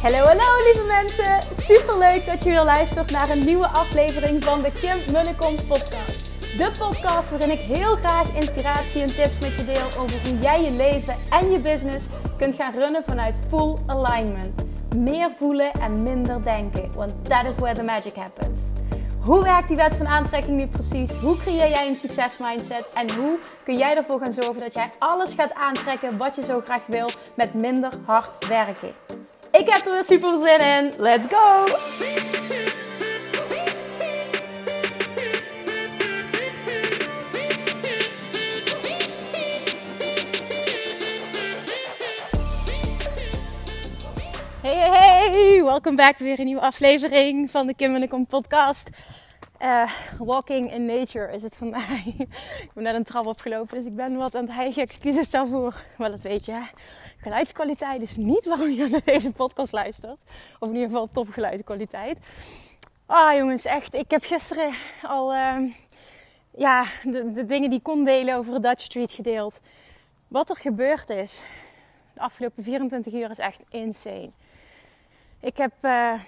Hallo, hallo lieve mensen! Superleuk dat je weer luistert naar een nieuwe aflevering van de Kim Munnekom podcast. De podcast waarin ik heel graag inspiratie en tips met je deel over hoe jij je leven en je business kunt gaan runnen vanuit full alignment. Meer voelen en minder denken, want that is where the magic happens. Hoe werkt die wet van aantrekking nu precies? Hoe creëer jij een succesmindset? En hoe kun jij ervoor gaan zorgen dat jij alles gaat aantrekken wat je zo graag wil met minder hard werken? Ik heb er weer super zin in. Let's go! Hey! Welkom back weer een nieuwe aflevering van de Kim Munnekom podcast. Walking in nature is het vandaag. Ik ben net een trap opgelopen, dus ik ben wat aan het hijgen. Excuses daarvoor. Maar dat weet je, geluidskwaliteit is niet waarom je naar deze podcast luistert. Of in ieder geval topgeluidskwaliteit. Jongens, echt. Ik heb gisteren al de dingen die ik kon delen over de Dutch Street gedeeld. Wat er gebeurd is de afgelopen 24 uur is echt insane. Ik heb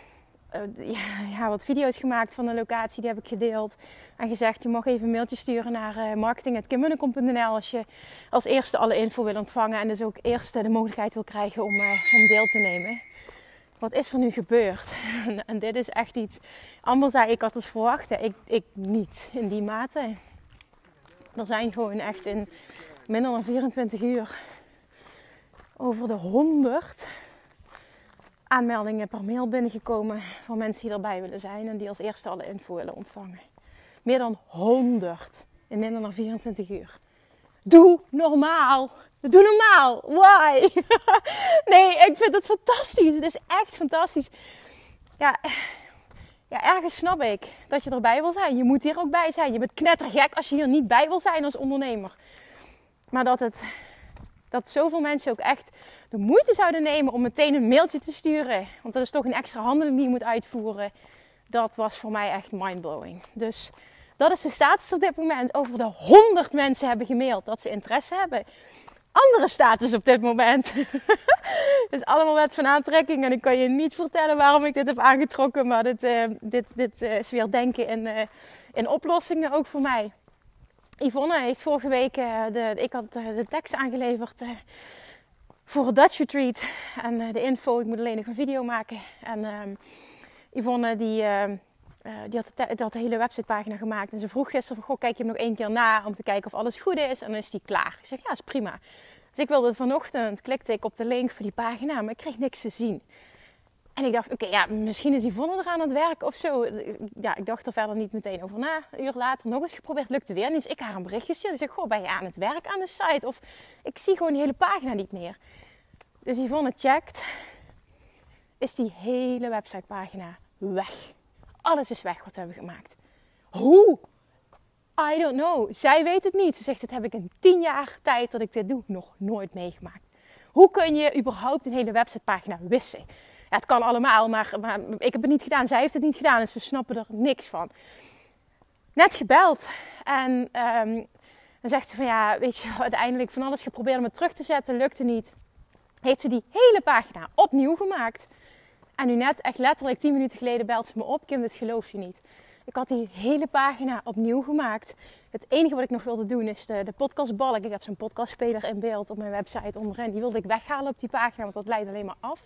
wat video's gemaakt van de locatie, die heb ik gedeeld. En gezegd, je mag even een mailtje sturen naar marketing@kimmunnekom.nl als je als eerste alle info wil ontvangen. En dus ook eerst de mogelijkheid wil krijgen om deel te nemen. Wat is er nu gebeurd? En dit is echt iets. Amber zei, ik had het verwacht. Ik niet in die mate. Er zijn gewoon echt in minder dan 24 uur over de 100 aanmeldingen per mail binnengekomen van mensen die erbij willen zijn en die als eerste alle info willen ontvangen. Meer dan 100 in minder dan 24 uur. Doe normaal! Doe normaal! Why? Nee, ik vind het fantastisch. Het is echt fantastisch. Ja, ergens snap ik dat je erbij wil zijn. Je moet hier ook bij zijn. Je bent knettergek als je hier niet bij wil zijn als ondernemer. Maar dat zoveel mensen ook echt de moeite zouden nemen om meteen een mailtje te sturen. Want dat is toch een extra handeling die je moet uitvoeren. Dat was voor mij echt mindblowing. Dus dat is de status op dit moment. Over de 100 mensen hebben gemaild dat ze interesse hebben. Andere status op dit moment. Het is allemaal wet van aantrekking. En ik kan je niet vertellen waarom ik dit heb aangetrokken. Maar dit is weer denken in oplossingen ook voor mij. Yvonne heeft vorige week, ik had de tekst aangeleverd voor het Dutch Retreat. En de info, ik moet alleen nog een video maken. En Yvonne die had de hele websitepagina gemaakt. En ze vroeg gisteren van, kijk je hem nog 1 keer na om te kijken of alles goed is. En dan is die klaar. Ik zeg, ja, is prima. Dus ik wilde vanochtend, klikte ik op de link voor die pagina, maar ik kreeg niks te zien. En ik dacht, misschien is Yvonne er aan het werk of zo. Ja, ik dacht er verder niet meteen over na. Een uur later nog eens geprobeerd, lukte weer. En dus ik haar een berichtje stuurde. Ik zeg, ben je aan het werk aan de site? Of ik zie gewoon die hele pagina niet meer. Dus Yvonne checkt. Is die hele websitepagina weg. Alles is weg wat we hebben gemaakt. Hoe? I don't know. Zij weet het niet. Ze zegt, dat heb ik in 10 jaar tijd dat ik dit doe nog nooit meegemaakt. Hoe kun je überhaupt een hele websitepagina wissen? Ja, het kan allemaal, maar ik heb het niet gedaan. Zij heeft het niet gedaan, dus we snappen er niks van. Net gebeld. En dan zegt ze van, weet je, uiteindelijk van alles geprobeerd om het terug te zetten. Lukte niet. Heeft ze die hele pagina opnieuw gemaakt. En nu net, echt letterlijk 10 minuten geleden belt ze me op. Kim, dit geloof je niet. Ik had die hele pagina opnieuw gemaakt. Het enige wat ik nog wilde doen is de podcastbalk. Ik heb zo'n podcastspeler in beeld op mijn website onderin. Die wilde ik weghalen op die pagina, want dat leidt alleen maar af.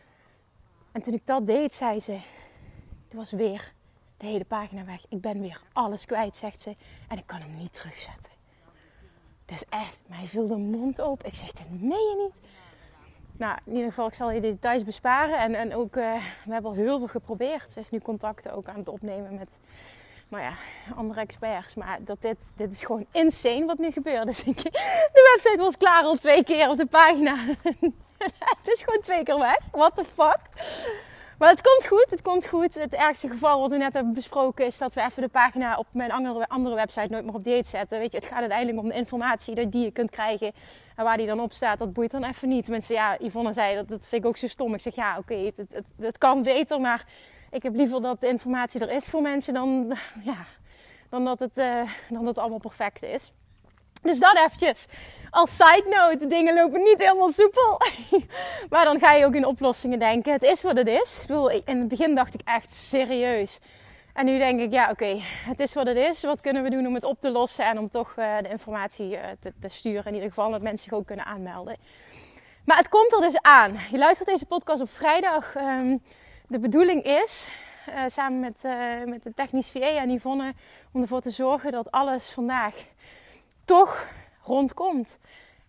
En toen ik dat deed, zei ze, het was weer de hele pagina weg. Ik ben weer alles kwijt, zegt ze. En ik kan hem niet terugzetten. Dus echt, mij viel de mond open. Ik zeg, dit meen je niet. Nou, in ieder geval, ik zal je de details besparen. En ook, we hebben al heel veel geprobeerd. Ze is nu contacten ook aan het opnemen met andere experts. Maar dit is gewoon insane wat nu gebeurt. Dus de website was klaar al 2 keer op de pagina. Het is gewoon 2 keer weg. What the fuck? Maar het komt goed. Het ergste geval wat we net hebben besproken is dat we even de pagina op mijn andere website nooit meer op date zetten. Weet je, het gaat uiteindelijk om de informatie die je kunt krijgen. En waar die dan op staat, dat boeit dan even niet. Mensen, Yvonne zei, dat vind ik ook zo stom. Ik zeg, oké, het kan beter, maar ik heb liever dat de informatie er is voor mensen dan dat het allemaal perfect is. Dus dat eventjes. Als side note, de dingen lopen niet helemaal soepel. Maar dan ga je ook in oplossingen denken. Het is wat het is. Ik bedoel, in het begin dacht ik echt serieus. En nu denk ik, ja oké, het is wat het is. Wat kunnen we doen om het op te lossen en om toch de informatie te sturen. In ieder geval dat mensen zich ook kunnen aanmelden. Maar het komt er dus aan. Je luistert deze podcast op vrijdag. De bedoeling is, samen met de technisch VA en Yvonne, om ervoor te zorgen dat alles vandaag toch rondkomt.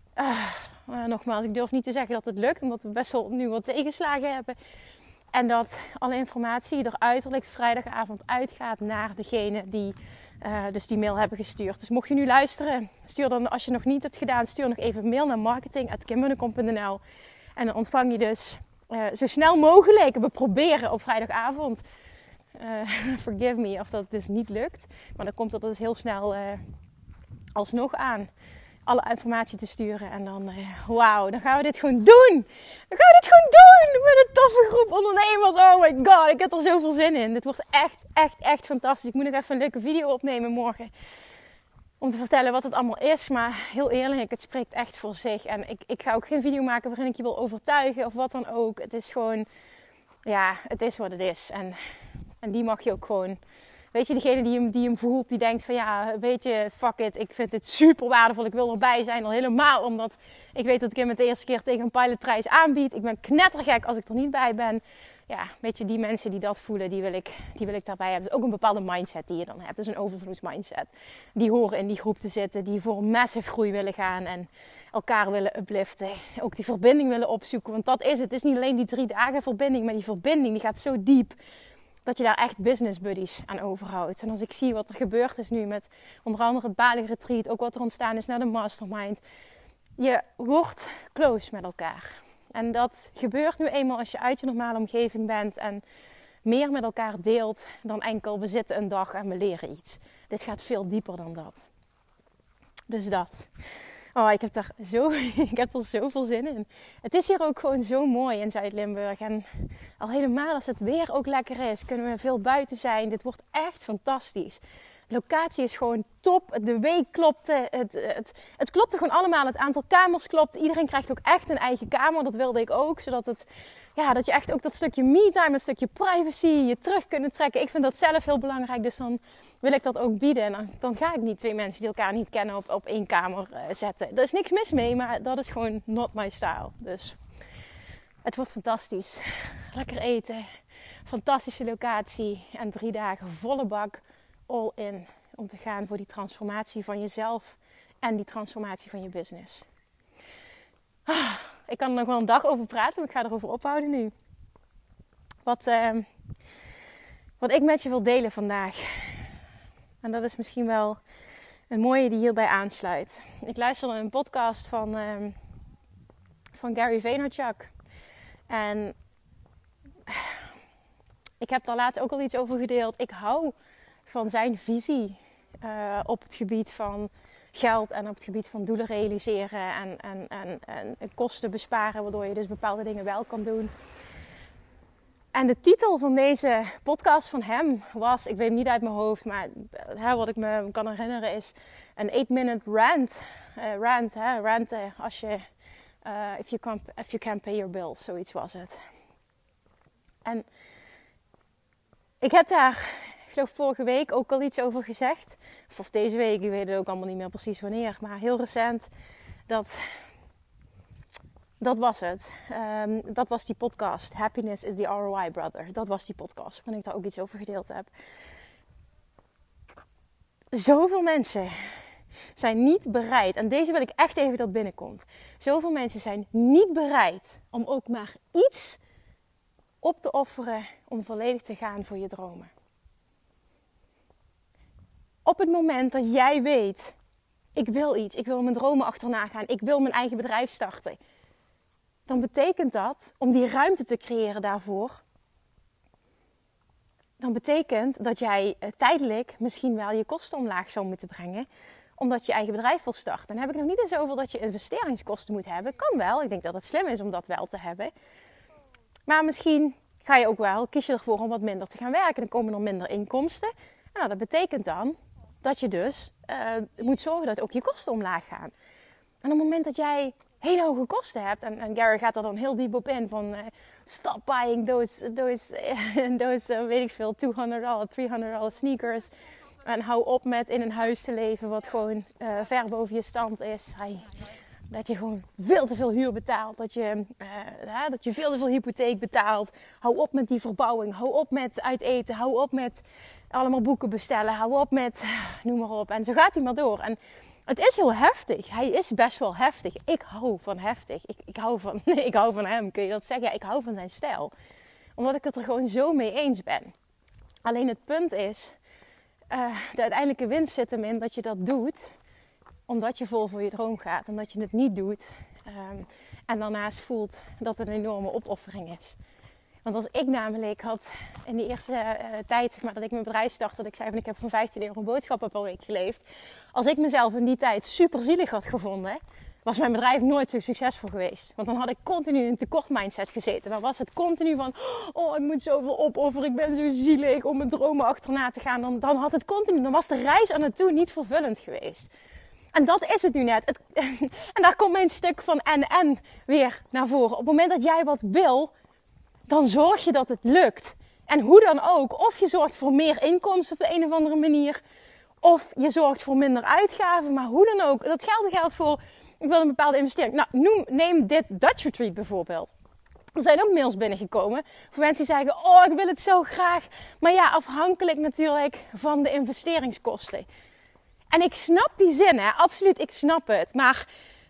Nogmaals, ik durf niet te zeggen dat het lukt, omdat we best wel nu wat tegenslagen hebben. En dat alle informatie er uiterlijk vrijdagavond uitgaat naar degene die dus die mail hebben gestuurd. Dus mocht je nu luisteren, stuur dan, als je nog niet hebt gedaan, stuur nog even een mail naar marketing@kimmunnekom.nl. En dan ontvang je dus zo snel mogelijk, we proberen op vrijdagavond, forgive me of dat dus niet lukt. Maar dan komt dat dus heel snel alsnog aan. Alle informatie te sturen. En dan, wauw, dan gaan we dit gewoon doen. Dan gaan we dit gewoon doen. Met een toffe groep ondernemers. Oh my god, ik heb er zoveel zin in. Dit wordt echt fantastisch. Ik moet nog even een leuke video opnemen morgen. Om te vertellen wat het allemaal is. Maar heel eerlijk, het spreekt echt voor zich. En ik ga ook geen video maken waarin ik je wil overtuigen. Of wat dan ook. Het is gewoon, ja, het is wat het is. En die mag je ook gewoon... Weet je, degene die hem voelt, die denkt van ja, weet je, fuck it. Ik vind dit super waardevol. Ik wil erbij zijn. Al helemaal omdat ik weet dat ik hem het de eerste keer tegen een pilotprijs aanbied. Ik ben knettergek als ik er niet bij ben. Ja, weet je, die mensen die dat voelen, die wil ik daarbij hebben. Het is ook een bepaalde mindset die je dan hebt. Het is een overvloedsmindset. Die horen in die groep te zitten. Die voor een massive groei willen gaan. En elkaar willen upliften. Ook die verbinding willen opzoeken. Want dat is het. Het is niet alleen die 3 dagen verbinding. Maar die verbinding die gaat zo diep. Dat je daar echt business buddies aan overhoudt. En als ik zie wat er gebeurd is nu met onder andere het Bali Retreat. Ook wat er ontstaan is na de mastermind. Je wordt close met elkaar. En dat gebeurt nu eenmaal als je uit je normale omgeving bent. En meer met elkaar deelt dan enkel we zitten een dag en we leren iets. Dit gaat veel dieper dan dat. Dus dat. Oh, ik heb er zoveel zin in. Het is hier ook gewoon zo mooi in Zuid-Limburg. En al helemaal als het weer ook lekker is, kunnen we veel buiten zijn. Dit wordt echt fantastisch. De locatie is gewoon top. De week klopte. Het klopte gewoon allemaal. Het aantal kamers klopt. Iedereen krijgt ook echt een eigen kamer. Dat wilde ik ook. Zodat dat je echt ook dat stukje me-time, dat stukje privacy, je terug kunnen trekken. Ik vind dat zelf heel belangrijk. Dus dan wil ik dat ook bieden. En dan ga ik niet 2 mensen die elkaar niet kennen op 1 kamer zetten. Er is niks mis mee, maar dat is gewoon not my style. Dus het wordt fantastisch. Lekker eten. Fantastische locatie. En 3 dagen volle bak. All in. Om te gaan voor die transformatie van jezelf. En die transformatie van je business. Ik kan er nog wel een dag over praten. Maar ik ga erover ophouden nu. Wat ik met je wil delen vandaag. En dat is misschien wel een mooie die hierbij aansluit. Ik luisterde een podcast van Gary Vaynerchuk. En ik heb daar laatst ook al iets over gedeeld. Ik hou van zijn visie op het gebied van geld en op het gebied van doelen realiseren en kosten besparen, waardoor je dus bepaalde dingen wel kan doen. En de titel van deze podcast van hem was, ik weet hem niet uit mijn hoofd, maar wat ik me kan herinneren is een 8-minute rant. Ranten als je, if you can't pay your bills, zoiets was het. En ik heb daar, ik geloof vorige week ook al iets over gezegd. Of deze week, ik weet het ook allemaal niet meer precies wanneer, maar heel recent dat was het. Dat was die podcast. Happiness is the ROI, brother. Dat was die podcast waarin ik daar ook iets over gedeeld heb. Zoveel mensen zijn niet bereid. En deze wil ik echt even dat binnenkomt. Zoveel mensen zijn niet bereid om ook maar iets op te offeren om volledig te gaan voor je dromen. Op het moment dat jij weet, ik wil iets. Ik wil mijn dromen achterna gaan. Ik wil mijn eigen bedrijf starten. Dan betekent dat, om die ruimte te creëren daarvoor, dan betekent dat jij tijdelijk misschien wel je kosten omlaag zou moeten brengen, omdat je eigen bedrijf wil starten. Dan heb ik nog niet eens over dat je investeringskosten moet hebben. Kan wel, ik denk dat het slim is om dat wel te hebben. Maar misschien ga je ook wel, kies je ervoor om wat minder te gaan werken. Dan komen er minder inkomsten. Nou, dat betekent dan dat je dus moet zorgen dat ook je kosten omlaag gaan. En op het moment dat jij hele hoge kosten hebt, en Gary gaat er dan heel diep op in van stop buying those weet ik veel, $200, $300 sneakers. En hou op met in een huis te leven wat gewoon ver boven je stand is. Dat je gewoon veel te veel huur betaalt. Dat je veel te veel hypotheek betaalt. Hou op met die verbouwing. Hou op met uit eten. Hou op met allemaal boeken bestellen. Hou op met noem maar op. En zo gaat hij maar door. En het is heel heftig. Hij is best wel heftig. Ik hou van heftig. Ik hou van hem. Kun je dat zeggen? Ja, ik hou van zijn stijl. Omdat ik het er gewoon zo mee eens ben. Alleen het punt is, de uiteindelijke winst zit hem in dat je dat doet omdat je vol voor je droom gaat. En dat je het niet doet. En daarnaast voelt dat het een enorme opoffering is. Want als ik namelijk had in die eerste tijd, zeg maar, dat ik mijn bedrijf startte, dat ik zei van ik heb van €15 boodschappen per week geleefd. Als ik mezelf in die tijd super zielig had gevonden, was mijn bedrijf nooit zo succesvol geweest. Want dan had ik continu in een tekort mindset gezeten. Dan was het continu van, oh ik moet zoveel opofferen, ik ben zo zielig om mijn dromen achterna te gaan. Dan had het continu, dan was de reis aan naartoe niet vervullend geweest. En dat is het nu net. En daar komt mijn stuk van en weer naar voren. Op het moment dat jij wat wil, dan zorg je dat het lukt. En hoe dan ook. Of je zorgt voor meer inkomsten op de een of andere manier. Of je zorgt voor minder uitgaven. Maar hoe dan ook. Datzelfde geldt voor, ik wil een bepaalde investering. Nou, neem dit Dutch Retreat bijvoorbeeld. Er zijn ook mails binnengekomen voor mensen die zeggen, oh ik wil het zo graag. Maar ja, afhankelijk natuurlijk van de investeringskosten. En ik snap die zin, hè. Absoluut, ik snap het. Maar,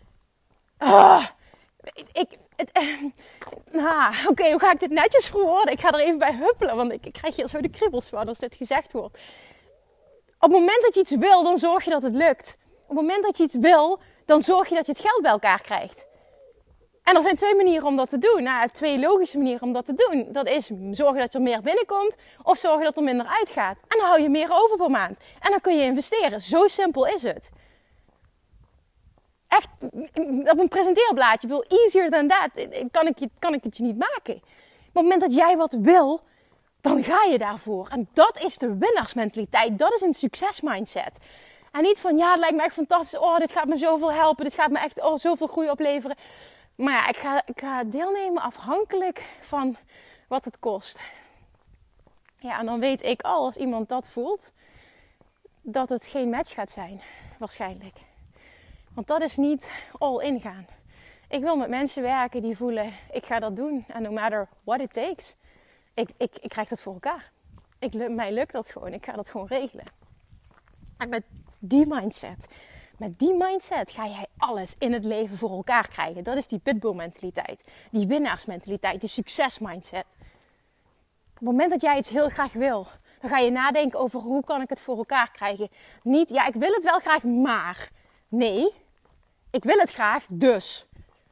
oké, hoe ga ik dit netjes verwoorden? Ik ga er even bij huppelen, want ik krijg hier zo de kriebels van als dit gezegd wordt. Op het moment dat je iets wil, dan zorg je dat het lukt. Op het moment dat je iets wil, dan zorg je dat je het geld bij elkaar krijgt. En er zijn 2 manieren om dat te doen. Nou, 2 logische manieren om dat te doen. Dat is zorgen dat er meer binnenkomt of zorgen dat er minder uitgaat. En dan hou je meer over per maand. En dan kun je investeren. Zo simpel is het. Echt, op een presenteerblaadje, easier than that, kan ik het je niet maken. Op het moment dat jij wat wil, dan ga je daarvoor. En dat is de winnaarsmentaliteit. Dat is een succesmindset. En niet van, ja, het lijkt me echt fantastisch. Oh, dit gaat me zoveel helpen. Dit gaat me echt zoveel groei opleveren. Maar ja, ik ga deelnemen afhankelijk van wat het kost. Ja, en dan weet ik al, als iemand dat voelt, dat het geen match gaat zijn. Waarschijnlijk. Want dat is niet all in gaan. Ik wil met mensen werken die voelen, ik ga dat doen. En no matter what it takes. Ik krijg dat voor elkaar. Mij lukt dat gewoon. Ik ga dat gewoon regelen. En met die mindset ga jij alles in het leven voor elkaar krijgen. Dat is die pitbull mentaliteit. Die winnaarsmentaliteit. Die succesmindset. Op het moment dat jij iets heel graag wil, dan ga je nadenken over hoe kan ik het voor elkaar krijgen. Niet, ja, ik wil het wel graag, maar. Nee, ik wil het graag, dus.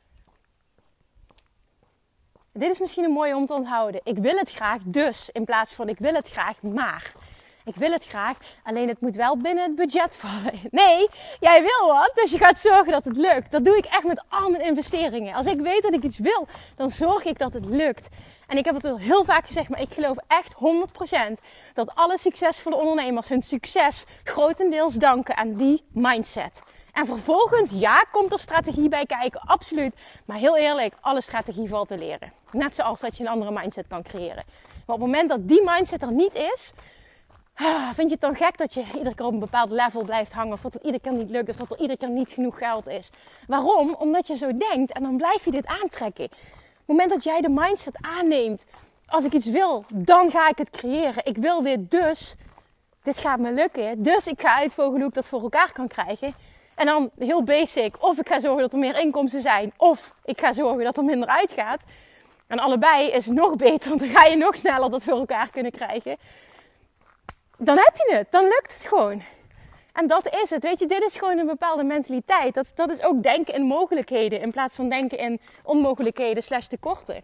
Dit is misschien een mooie om te onthouden. Ik wil het graag, dus. In plaats van ik wil het graag, maar. Ik wil het graag, alleen het moet wel binnen het budget vallen. Nee, jij wil wat, dus je gaat zorgen dat het lukt. Dat doe ik echt met al mijn investeringen. Als ik weet dat ik iets wil, dan zorg ik dat het lukt. En ik heb het al heel vaak gezegd, maar ik geloof echt 100% dat alle succesvolle ondernemers hun succes grotendeels danken aan die mindset. En vervolgens, ja, komt er strategie bij kijken, absoluut. Maar heel eerlijk, alle strategie valt te leren. Net zoals dat je een andere mindset kan creëren. Maar op het moment dat die mindset er niet is, vind je het dan gek dat je iedere keer op een bepaald level blijft hangen? Of dat het iedere keer niet lukt? Of dat er iedere keer niet genoeg geld is? Waarom? Omdat je zo denkt en dan blijf je dit aantrekken. Op het moment dat jij de mindset aanneemt, als ik iets wil, dan ga ik het creëren. Ik wil dit, dus dit gaat me lukken. Dus ik ga uitvogelen hoe ik dat voor elkaar kan krijgen. En dan heel basic, of ik ga zorgen dat er meer inkomsten zijn, of ik ga zorgen dat er minder uitgaat. En allebei is nog beter, want dan ga je nog sneller dat voor elkaar kunnen krijgen. Dan heb je het. Dan lukt het gewoon. En dat is het. Weet je, dit is gewoon een bepaalde mentaliteit. Dat is ook denken in mogelijkheden. In plaats van denken in onmogelijkheden / tekorten.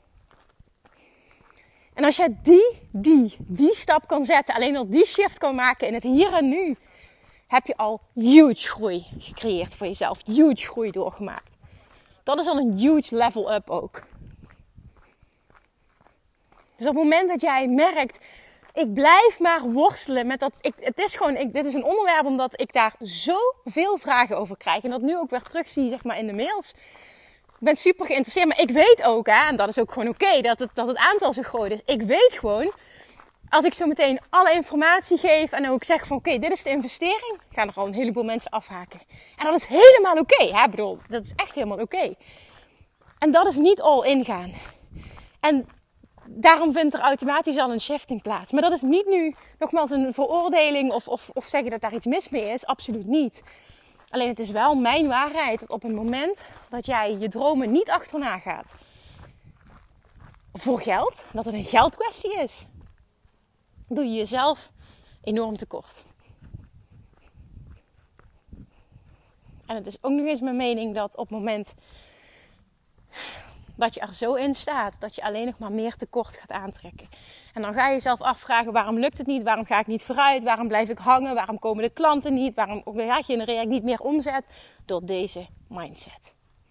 En als jij die stap kan zetten. Alleen al die shift kan maken in het hier en nu. Heb je al huge groei gecreëerd voor jezelf. Huge groei doorgemaakt. Dat is al een huge level up ook. Dus op het moment dat jij merkt ik blijf maar worstelen met dat. Dit is een onderwerp omdat ik daar zoveel vragen over krijg. En dat nu ook weer terugzie, zeg maar, in de mails. Ik ben super geïnteresseerd. Maar ik weet ook, en dat is ook gewoon oké, dat het aantal zo groot is. Ik weet gewoon, als ik zo meteen alle informatie geef en ook zeg van oké, dit is de investering, gaan er al een heleboel mensen afhaken. En dat is helemaal oké. Ik bedoel, dat is echt helemaal oké. En dat is niet all in gaan. En daarom vindt er automatisch al een shifting plaats. Maar dat is niet nu nogmaals een veroordeling of zeggen dat daar iets mis mee is. Absoluut niet. Alleen het is wel mijn waarheid dat op het moment dat jij je dromen niet achterna gaat voor geld, dat het een geldkwestie is, doe je jezelf enorm tekort. En het is ook nog eens mijn mening dat op het moment dat je er zo in staat, dat je alleen nog maar meer tekort gaat aantrekken. En dan ga je jezelf afvragen, waarom lukt het niet? Waarom ga ik niet vooruit? Waarom blijf ik hangen? Waarom komen de klanten niet? Waarom genereer ik niet meer omzet? Door deze mindset.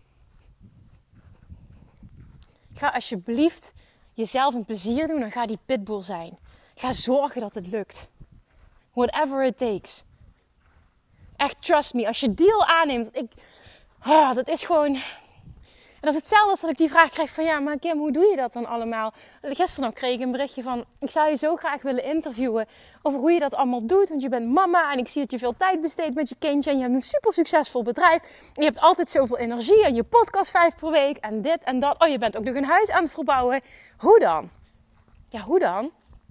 Ga alsjeblieft jezelf een plezier doen en ga die pitbull zijn. Ga zorgen dat het lukt. Whatever it takes. Echt, trust me. Als je deal aanneemt, dat is gewoon. En dat is hetzelfde als dat ik die vraag krijg van ja, maar Kim, hoe doe je dat dan allemaal? Gisteren nog kreeg ik een berichtje van, ik zou je zo graag willen interviewen over hoe je dat allemaal doet. Want je bent mama en ik zie dat je veel tijd besteedt met je kindje en je hebt een super succesvol bedrijf. En je hebt altijd zoveel energie en je podcast 5 per week en dit en dat. Oh, je bent ook nog een huis aan het verbouwen. Hoe dan? Ja, hoe dan?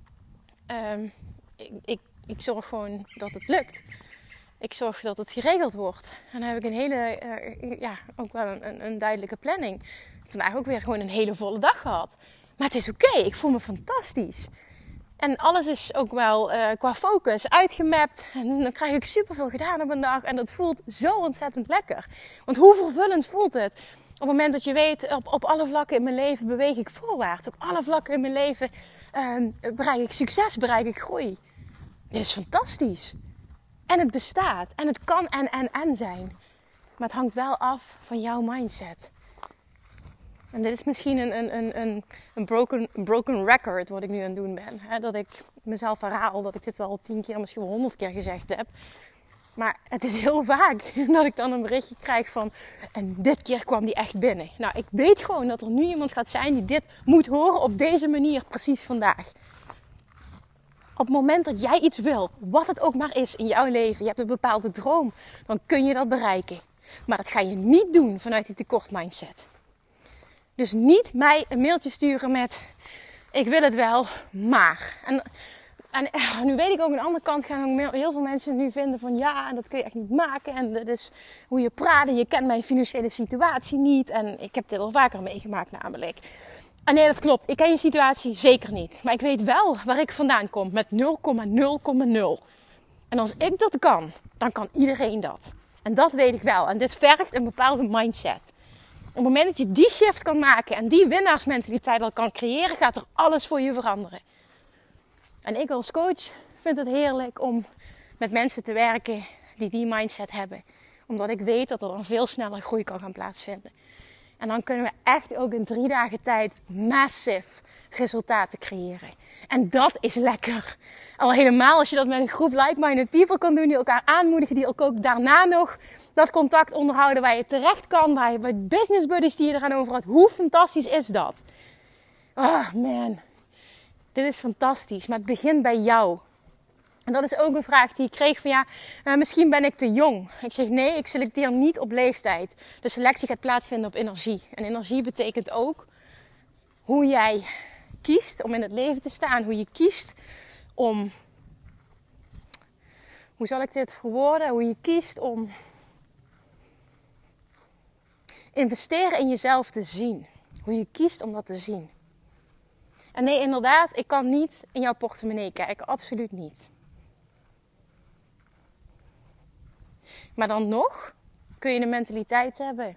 Ik zorg gewoon dat het lukt. Ik zorg dat het geregeld wordt. En dan heb ik een hele, ook wel een duidelijke planning. Vandaag ook weer gewoon een hele volle dag gehad. Maar het is oké. Ik voel me fantastisch. En alles is ook wel qua focus uitgemapt. En dan krijg ik superveel gedaan op een dag. En dat voelt zo ontzettend lekker. Want hoe vervullend voelt het? Op het moment dat je weet, op alle vlakken in mijn leven beweeg ik voorwaarts. Op alle vlakken in mijn leven bereik ik succes, bereik ik groei. Dit is fantastisch. En het bestaat. En het kan en zijn. Maar het hangt wel af van jouw mindset. En dit is misschien een broken record wat ik nu aan het doen ben. Hè? Dat ik mezelf herhaal. Dat ik dit wel 10 keer, misschien wel 100 keer gezegd heb. Maar het is heel vaak dat ik dan een berichtje krijg van... En dit keer kwam die echt binnen. Nou, ik weet gewoon dat er nu iemand gaat zijn die dit moet horen op deze manier. Precies vandaag. Op het moment dat jij iets wil, wat het ook maar is in jouw leven, je hebt een bepaalde droom, dan kun je dat bereiken. Maar dat ga je niet doen vanuit die tekort mindset. Dus niet mij een mailtje sturen met, ik wil het wel, maar. En nu weet ik ook aan de andere kant gaan heel veel mensen nu vinden van ja, en dat kun je echt niet maken. En dat is hoe je praat en je kent mijn financiële situatie niet. En ik heb dit al vaker meegemaakt namelijk. En nee, dat klopt. Ik ken je situatie zeker niet. Maar ik weet wel waar ik vandaan kom met 0,0,0. En als ik dat kan, dan kan iedereen dat. En dat weet ik wel. En dit vergt een bepaalde mindset. Op het moment dat je die shift kan maken en die winnaarsmentaliteit al kan creëren, gaat er alles voor je veranderen. En ik als coach vind het heerlijk om met mensen te werken die mindset hebben. Omdat ik weet dat er dan veel sneller groei kan gaan plaatsvinden. En dan kunnen we echt ook in 3 dagen tijd massief resultaten creëren. En dat is lekker. Al helemaal als je dat met een groep like-minded people kan doen. Die elkaar aanmoedigen. Die ook daarna nog dat contact onderhouden. Waar je terecht kan. Waar je met business buddies die je eraan over had. Hoe fantastisch is dat? Oh man. Dit is fantastisch. Maar het begint bij jou. En dat is ook een vraag die ik kreeg van ja, misschien ben ik te jong. Ik zeg nee, ik selecteer niet op leeftijd. De selectie gaat plaatsvinden op energie. En energie betekent ook hoe jij kiest om in het leven te staan. Hoe je kiest om, hoe zal ik dit verwoorden? Hoe je kiest om investeren in jezelf te zien. Hoe je kiest om dat te zien. En nee, inderdaad, ik kan niet in jouw portemonnee kijken. Absoluut niet. Maar dan nog kun je de mentaliteit hebben.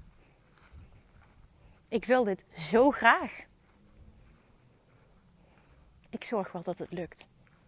Ik wil dit zo graag. Ik zorg wel dat het lukt.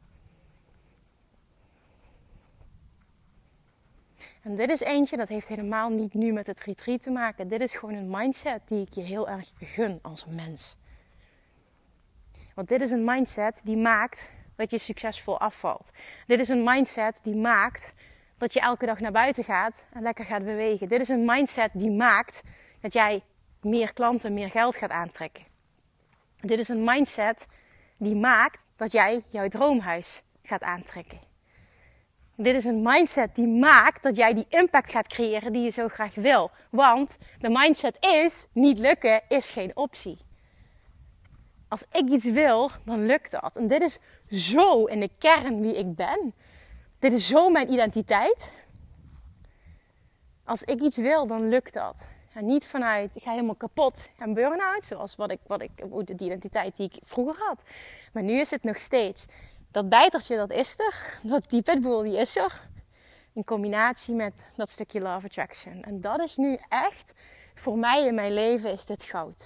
En dit is eentje, dat heeft helemaal niet nu met het retreat te maken. Dit is gewoon een mindset die ik je heel erg gun als mens. Want dit is een mindset die maakt dat je succesvol afvalt. Dit is een mindset die maakt dat je elke dag naar buiten gaat en lekker gaat bewegen. Dit is een mindset die maakt dat jij meer klanten, meer geld gaat aantrekken. Dit is een mindset die maakt dat jij jouw droomhuis gaat aantrekken. Dit is een mindset die maakt dat jij die impact gaat creëren die je zo graag wil. Want de mindset is, niet lukken is geen optie. Als ik iets wil, dan lukt dat. En dit is zo in de kern wie ik ben. Dit is zo mijn identiteit. Als ik iets wil, dan lukt dat. En niet vanuit, ik ga helemaal kapot en burn-out. Zoals de identiteit die ik vroeger had. Maar nu is het nog steeds. Dat bijtertje, dat is er. Die pitbull, die is er. In combinatie met dat stukje love attraction. En dat is nu echt, voor mij in mijn leven is dit goud.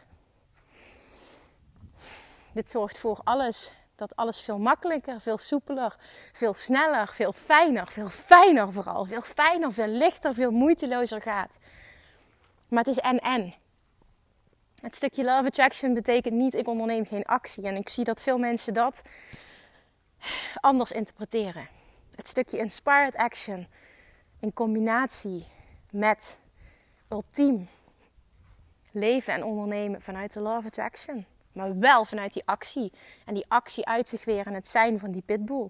Dit zorgt voor dat alles veel makkelijker, veel soepeler, veel sneller, veel fijner vooral. Veel fijner, veel lichter, veel moeitelozer gaat. Maar het is en. Het stukje love attraction betekent niet, ik onderneem geen actie. En ik zie dat veel mensen dat anders interpreteren. Het stukje inspired action in combinatie met ultiem leven en ondernemen vanuit de love attraction. Maar wel vanuit die actie. En die actie uit zich weer in het zijn van die pitbull.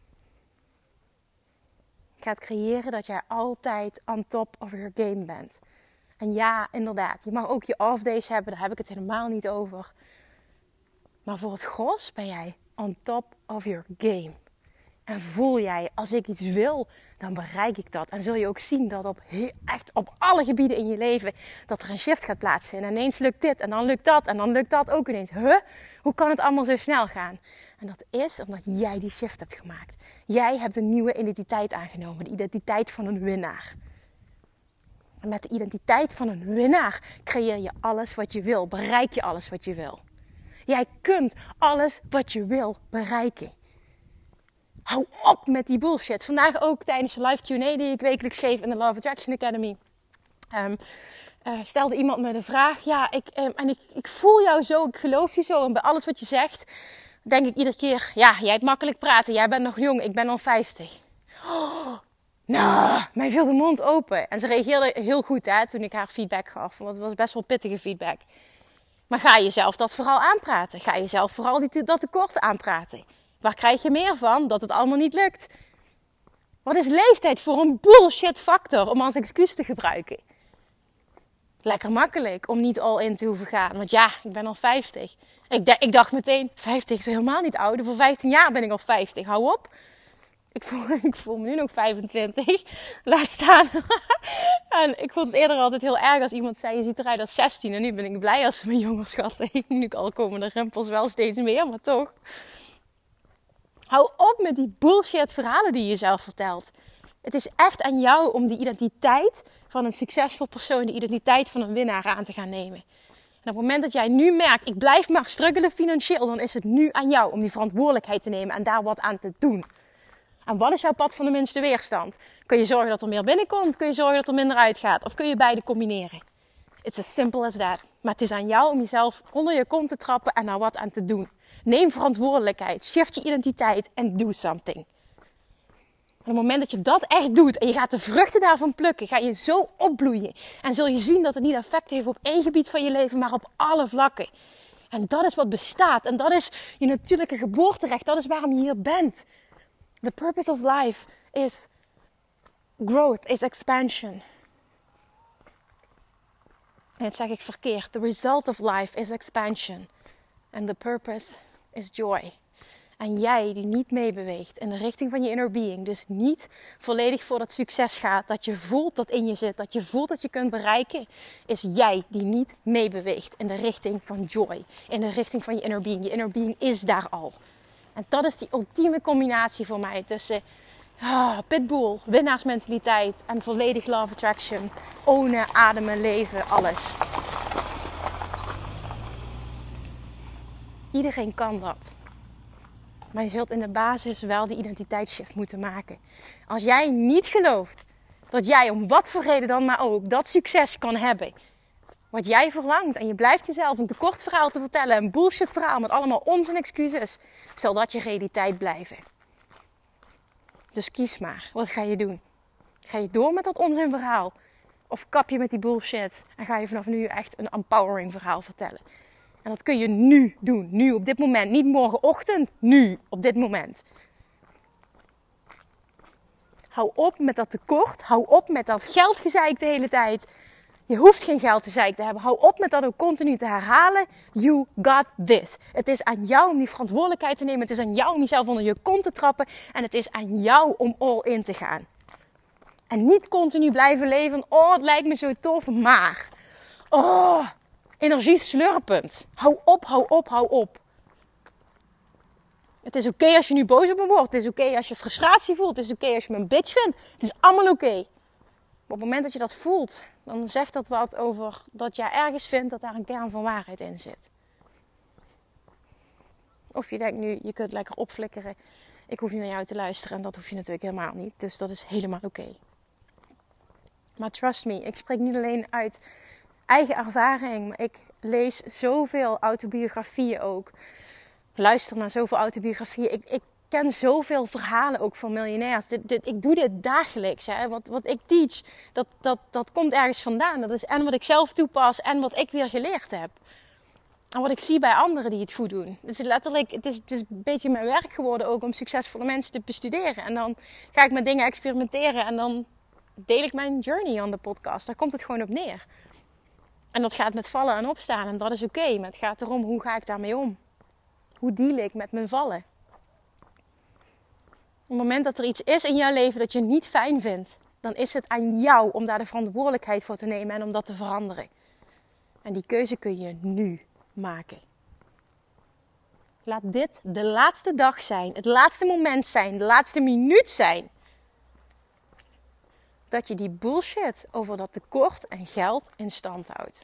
Gaat creëren dat jij altijd on top of your game bent. En ja, inderdaad, je mag ook je off days hebben, daar heb ik het helemaal niet over. Maar voor het gros ben jij on top of your game. En voel jij, als ik iets wil, dan bereik ik dat. En zul je ook zien dat echt op alle gebieden in je leven, dat er een shift gaat plaatsvinden. En ineens lukt dit, en dan lukt dat, en dan lukt dat ook ineens. Hoe kan het allemaal zo snel gaan? En dat is omdat jij die shift hebt gemaakt. Jij hebt een nieuwe identiteit aangenomen, de identiteit van een winnaar. En met de identiteit van een winnaar creëer je alles wat je wil, bereik je alles wat je wil. Jij kunt alles wat je wil bereiken. Hou op met die bullshit. Vandaag ook tijdens de live Q&A die ik wekelijks geef in de Love Attraction Academy. Stelde iemand me de vraag. Ja, ik voel jou zo, ik geloof je zo. En bij alles wat je zegt, denk ik iedere keer. Ja, jij hebt makkelijk praten. Jij bent nog jong, ik ben al 50. Nou, mij viel de mond open. En ze reageerde heel goed toen ik haar feedback gaf. Want het was best wel pittige feedback. Maar ga jezelf dat vooral aanpraten. Ga jezelf vooral dat tekort aanpraten. Waar krijg je meer van? Dat het allemaal niet lukt. Wat is leeftijd voor een bullshit factor om als excuus te gebruiken? Lekker makkelijk om niet all in te hoeven gaan. Want ja, ik ben al 50. Ik dacht meteen, 50 is helemaal niet oud. Voor 15 jaar ben ik al 50. Hou op. Ik voel me nu nog 25. Laat staan. En ik vond het eerder altijd heel erg als iemand zei, je ziet eruit als 16. En nu ben ik blij als ze me jonger schatten. Nu al komen de rimpels wel steeds meer, maar toch. Hou op met die bullshit verhalen die je jezelf vertelt. Het is echt aan jou om die identiteit van een succesvol persoon, die identiteit van een winnaar aan te gaan nemen. En op het moment dat jij nu merkt, ik blijf maar struggelen financieel, dan is het nu aan jou om die verantwoordelijkheid te nemen en daar wat aan te doen. En wat is jouw pad van de minste weerstand? Kun je zorgen dat er meer binnenkomt? Kun je zorgen dat er minder uitgaat? Of kun je beide combineren? It's as simple as that. Maar het is aan jou om jezelf onder je kont te trappen en daar wat aan te doen. Neem verantwoordelijkheid, shift je identiteit en do something. En op het moment dat je dat echt doet en je gaat de vruchten daarvan plukken, ga je zo opbloeien. En zul je zien dat het niet effect heeft op één gebied van je leven, maar op alle vlakken. En dat is wat bestaat. En dat is je natuurlijke geboorterecht. Dat is waarom je hier bent. The purpose of life is growth, is expansion. En dat zeg ik verkeerd. The result of life is expansion. And the purpose is joy. En jij die niet meebeweegt in de richting van je inner being, dus niet volledig voor dat succes gaat, dat je voelt dat in je zit, dat je voelt dat je kunt bereiken, is jij die niet meebeweegt in de richting van joy, in de richting van je inner being. Je inner being is daar al. En dat is die ultieme combinatie voor mij tussen pitbull, winnaarsmentaliteit en volledig love attraction. Ownen, ademen, leven, alles. Iedereen kan dat. Maar je zult in de basis wel die identiteitsshift moeten maken. Als jij niet gelooft dat jij om wat voor reden dan maar ook dat succes kan hebben wat jij verlangt en je blijft jezelf een tekort verhaal te vertellen, een bullshit verhaal met allemaal onzin excuses, zal dat je realiteit blijven. Dus kies maar. Wat ga je doen? Ga je door met dat onzinverhaal? Of kap je met die bullshit en ga je vanaf nu echt een empowering verhaal vertellen? En dat kun je nu doen. Nu, op dit moment. Niet morgenochtend. Nu, op dit moment. Hou op met dat tekort. Hou op met dat geldgezeik de hele tijd. Je hoeft geen geldgezeik te hebben. Hou op met dat ook continu te herhalen. You got this. Het is aan jou om die verantwoordelijkheid te nemen. Het is aan jou om jezelf onder je kont te trappen. En het is aan jou om all in te gaan. En niet continu blijven leven. Oh, het lijkt me zo tof, maar... Oh, energie slurpend. Hou op, hou op, hou op. Het is oké als je nu boos op me wordt. Het is oké als je frustratie voelt. Het is oké als je me een bitch vindt. Het is allemaal oké. Maar op het moment dat je dat voelt, dan zegt dat wat over dat jij ergens vindt dat daar een kern van waarheid in zit. Of je denkt nu, je kunt lekker opflikkeren. Ik hoef niet naar jou te luisteren en dat hoef je natuurlijk helemaal niet. Dus dat is helemaal oké. Maar trust me, ik spreek niet alleen uit eigen ervaring. Maar ik lees zoveel autobiografieën ook. Luister naar zoveel autobiografieën. Ik ken zoveel verhalen ook van miljonairs. Ik doe dit dagelijks. Hè. Wat ik teach, dat komt ergens vandaan. Dat is en wat ik zelf toepas en wat ik weer geleerd heb. En wat ik zie bij anderen die het goed doen. Het is letterlijk, het is een beetje mijn werk geworden ook om succesvolle mensen te bestuderen. En dan ga ik met dingen experimenteren en dan deel ik mijn journey aan de podcast. Daar komt het gewoon op neer. En dat gaat met vallen en opstaan en dat is oké. Maar het gaat erom, hoe ga ik daarmee om? Hoe deal ik met mijn vallen? Op het moment dat er iets is in jouw leven dat je niet fijn vindt, dan is het aan jou om daar de verantwoordelijkheid voor te nemen en om dat te veranderen. En die keuze kun je nu maken. Laat dit de laatste dag zijn, het laatste moment zijn, de laatste minuut zijn. Dat je die bullshit over dat tekort en geld in stand houdt.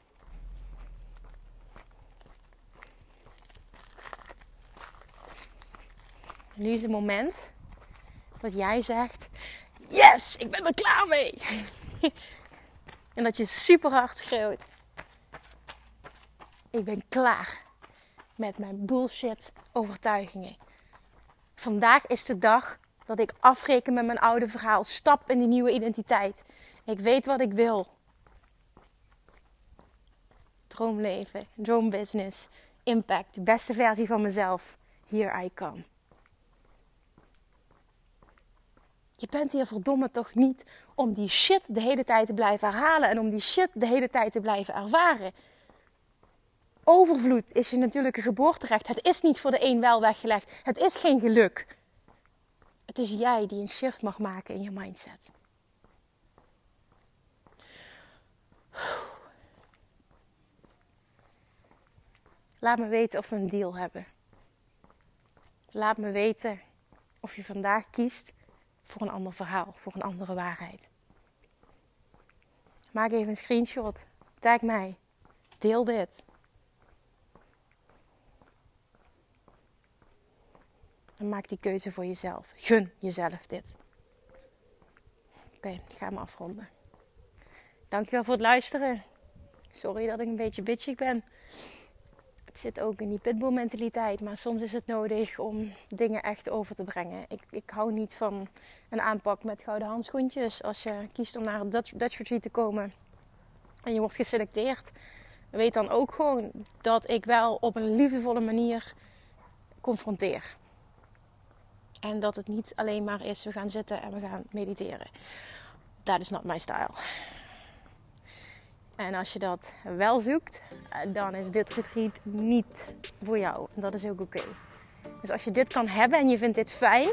Nu is het moment dat jij zegt, yes, ik ben er klaar mee. En dat je super hard schreeuwt. Ik ben klaar met mijn bullshit overtuigingen. Vandaag is de dag dat ik afreken met mijn oude verhaal. Stap in die nieuwe identiteit. Ik weet wat ik wil. Droomleven, droombusiness, impact, de beste versie van mezelf. Here I come. Je bent hier verdomme toch niet om die shit de hele tijd te blijven herhalen. En om die shit de hele tijd te blijven ervaren. Overvloed is je natuurlijke geboorterecht. Het is niet voor de een wel weggelegd. Het is geen geluk. Het is jij die een shift mag maken in je mindset. Laat me weten of we een deal hebben. Laat me weten of je vandaag kiest voor een ander verhaal, voor een andere waarheid. Maak even een screenshot. Tag mij. Deel dit. En maak die keuze voor jezelf. Gun jezelf dit. Oké, ik ga me afronden. Dankjewel voor het luisteren. Sorry dat ik een beetje bitchig ben. Het zit ook in die pitbull mentaliteit. Maar soms is het nodig om dingen echt over te brengen. Ik hou niet van een aanpak met gouden handschoentjes. Als je kiest om naar een Dutch Retreat te komen en je wordt geselecteerd, weet dan ook gewoon dat ik wel op een liefdevolle manier confronteer. En dat het niet alleen maar is, we gaan zitten en we gaan mediteren. That is not my style. En als je dat wel zoekt, dan is dit retreat niet voor jou. En dat is ook oké. Dus als je dit kan hebben en je vindt dit fijn,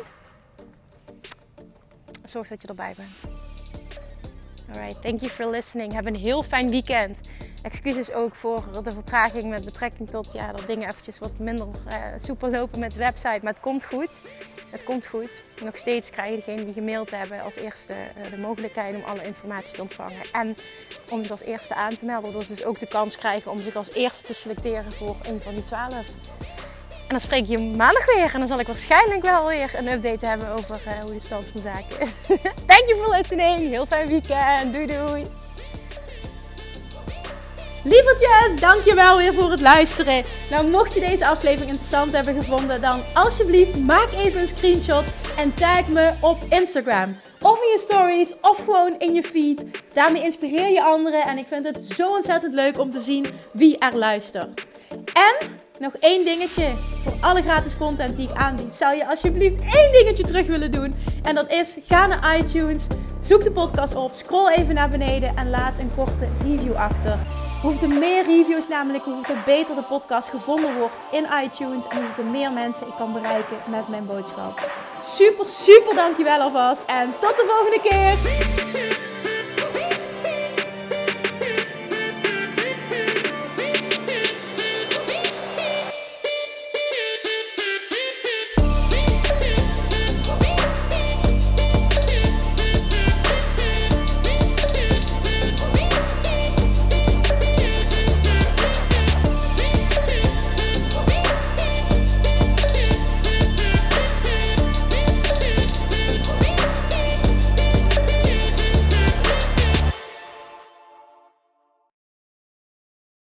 zorg dat je erbij bent. Alright, thank you for listening. Heb een heel fijn weekend. Excuses ook voor de vertraging met betrekking tot dat dingen eventjes wat minder soepel lopen met de website. Maar het komt goed. Het komt goed. Nog steeds krijgen degenen die gemaild hebben als eerste de mogelijkheid om alle informatie te ontvangen. En om zich als eerste aan te melden. Dus dus ook de kans krijgen om zich als eerste te selecteren voor een van die 12. En dan spreek je maandag weer. En dan zal ik waarschijnlijk wel weer een update hebben over hoe de stand van zaken is. Thank you for listening. Heel fijn weekend. Doei doei. Lievertjes, dankjewel weer voor het luisteren. Nou, mocht je deze aflevering interessant hebben gevonden, dan alsjeblieft maak even een screenshot en tag me op Instagram. Of in je stories, of gewoon in je feed. Daarmee inspireer je anderen en ik vind het zo ontzettend leuk om te zien wie er luistert. En nog één dingetje. Voor alle gratis content die ik aanbied, zou je alsjeblieft één dingetje terug willen doen. En dat is, ga naar iTunes, zoek de podcast op, scroll even naar beneden en laat een korte review achter. Hoeveel meer reviews namelijk, hoeveel beter de podcast gevonden wordt in iTunes. En hoeveel meer mensen ik kan bereiken met mijn boodschap. Super, super dankjewel alvast. En tot de volgende keer.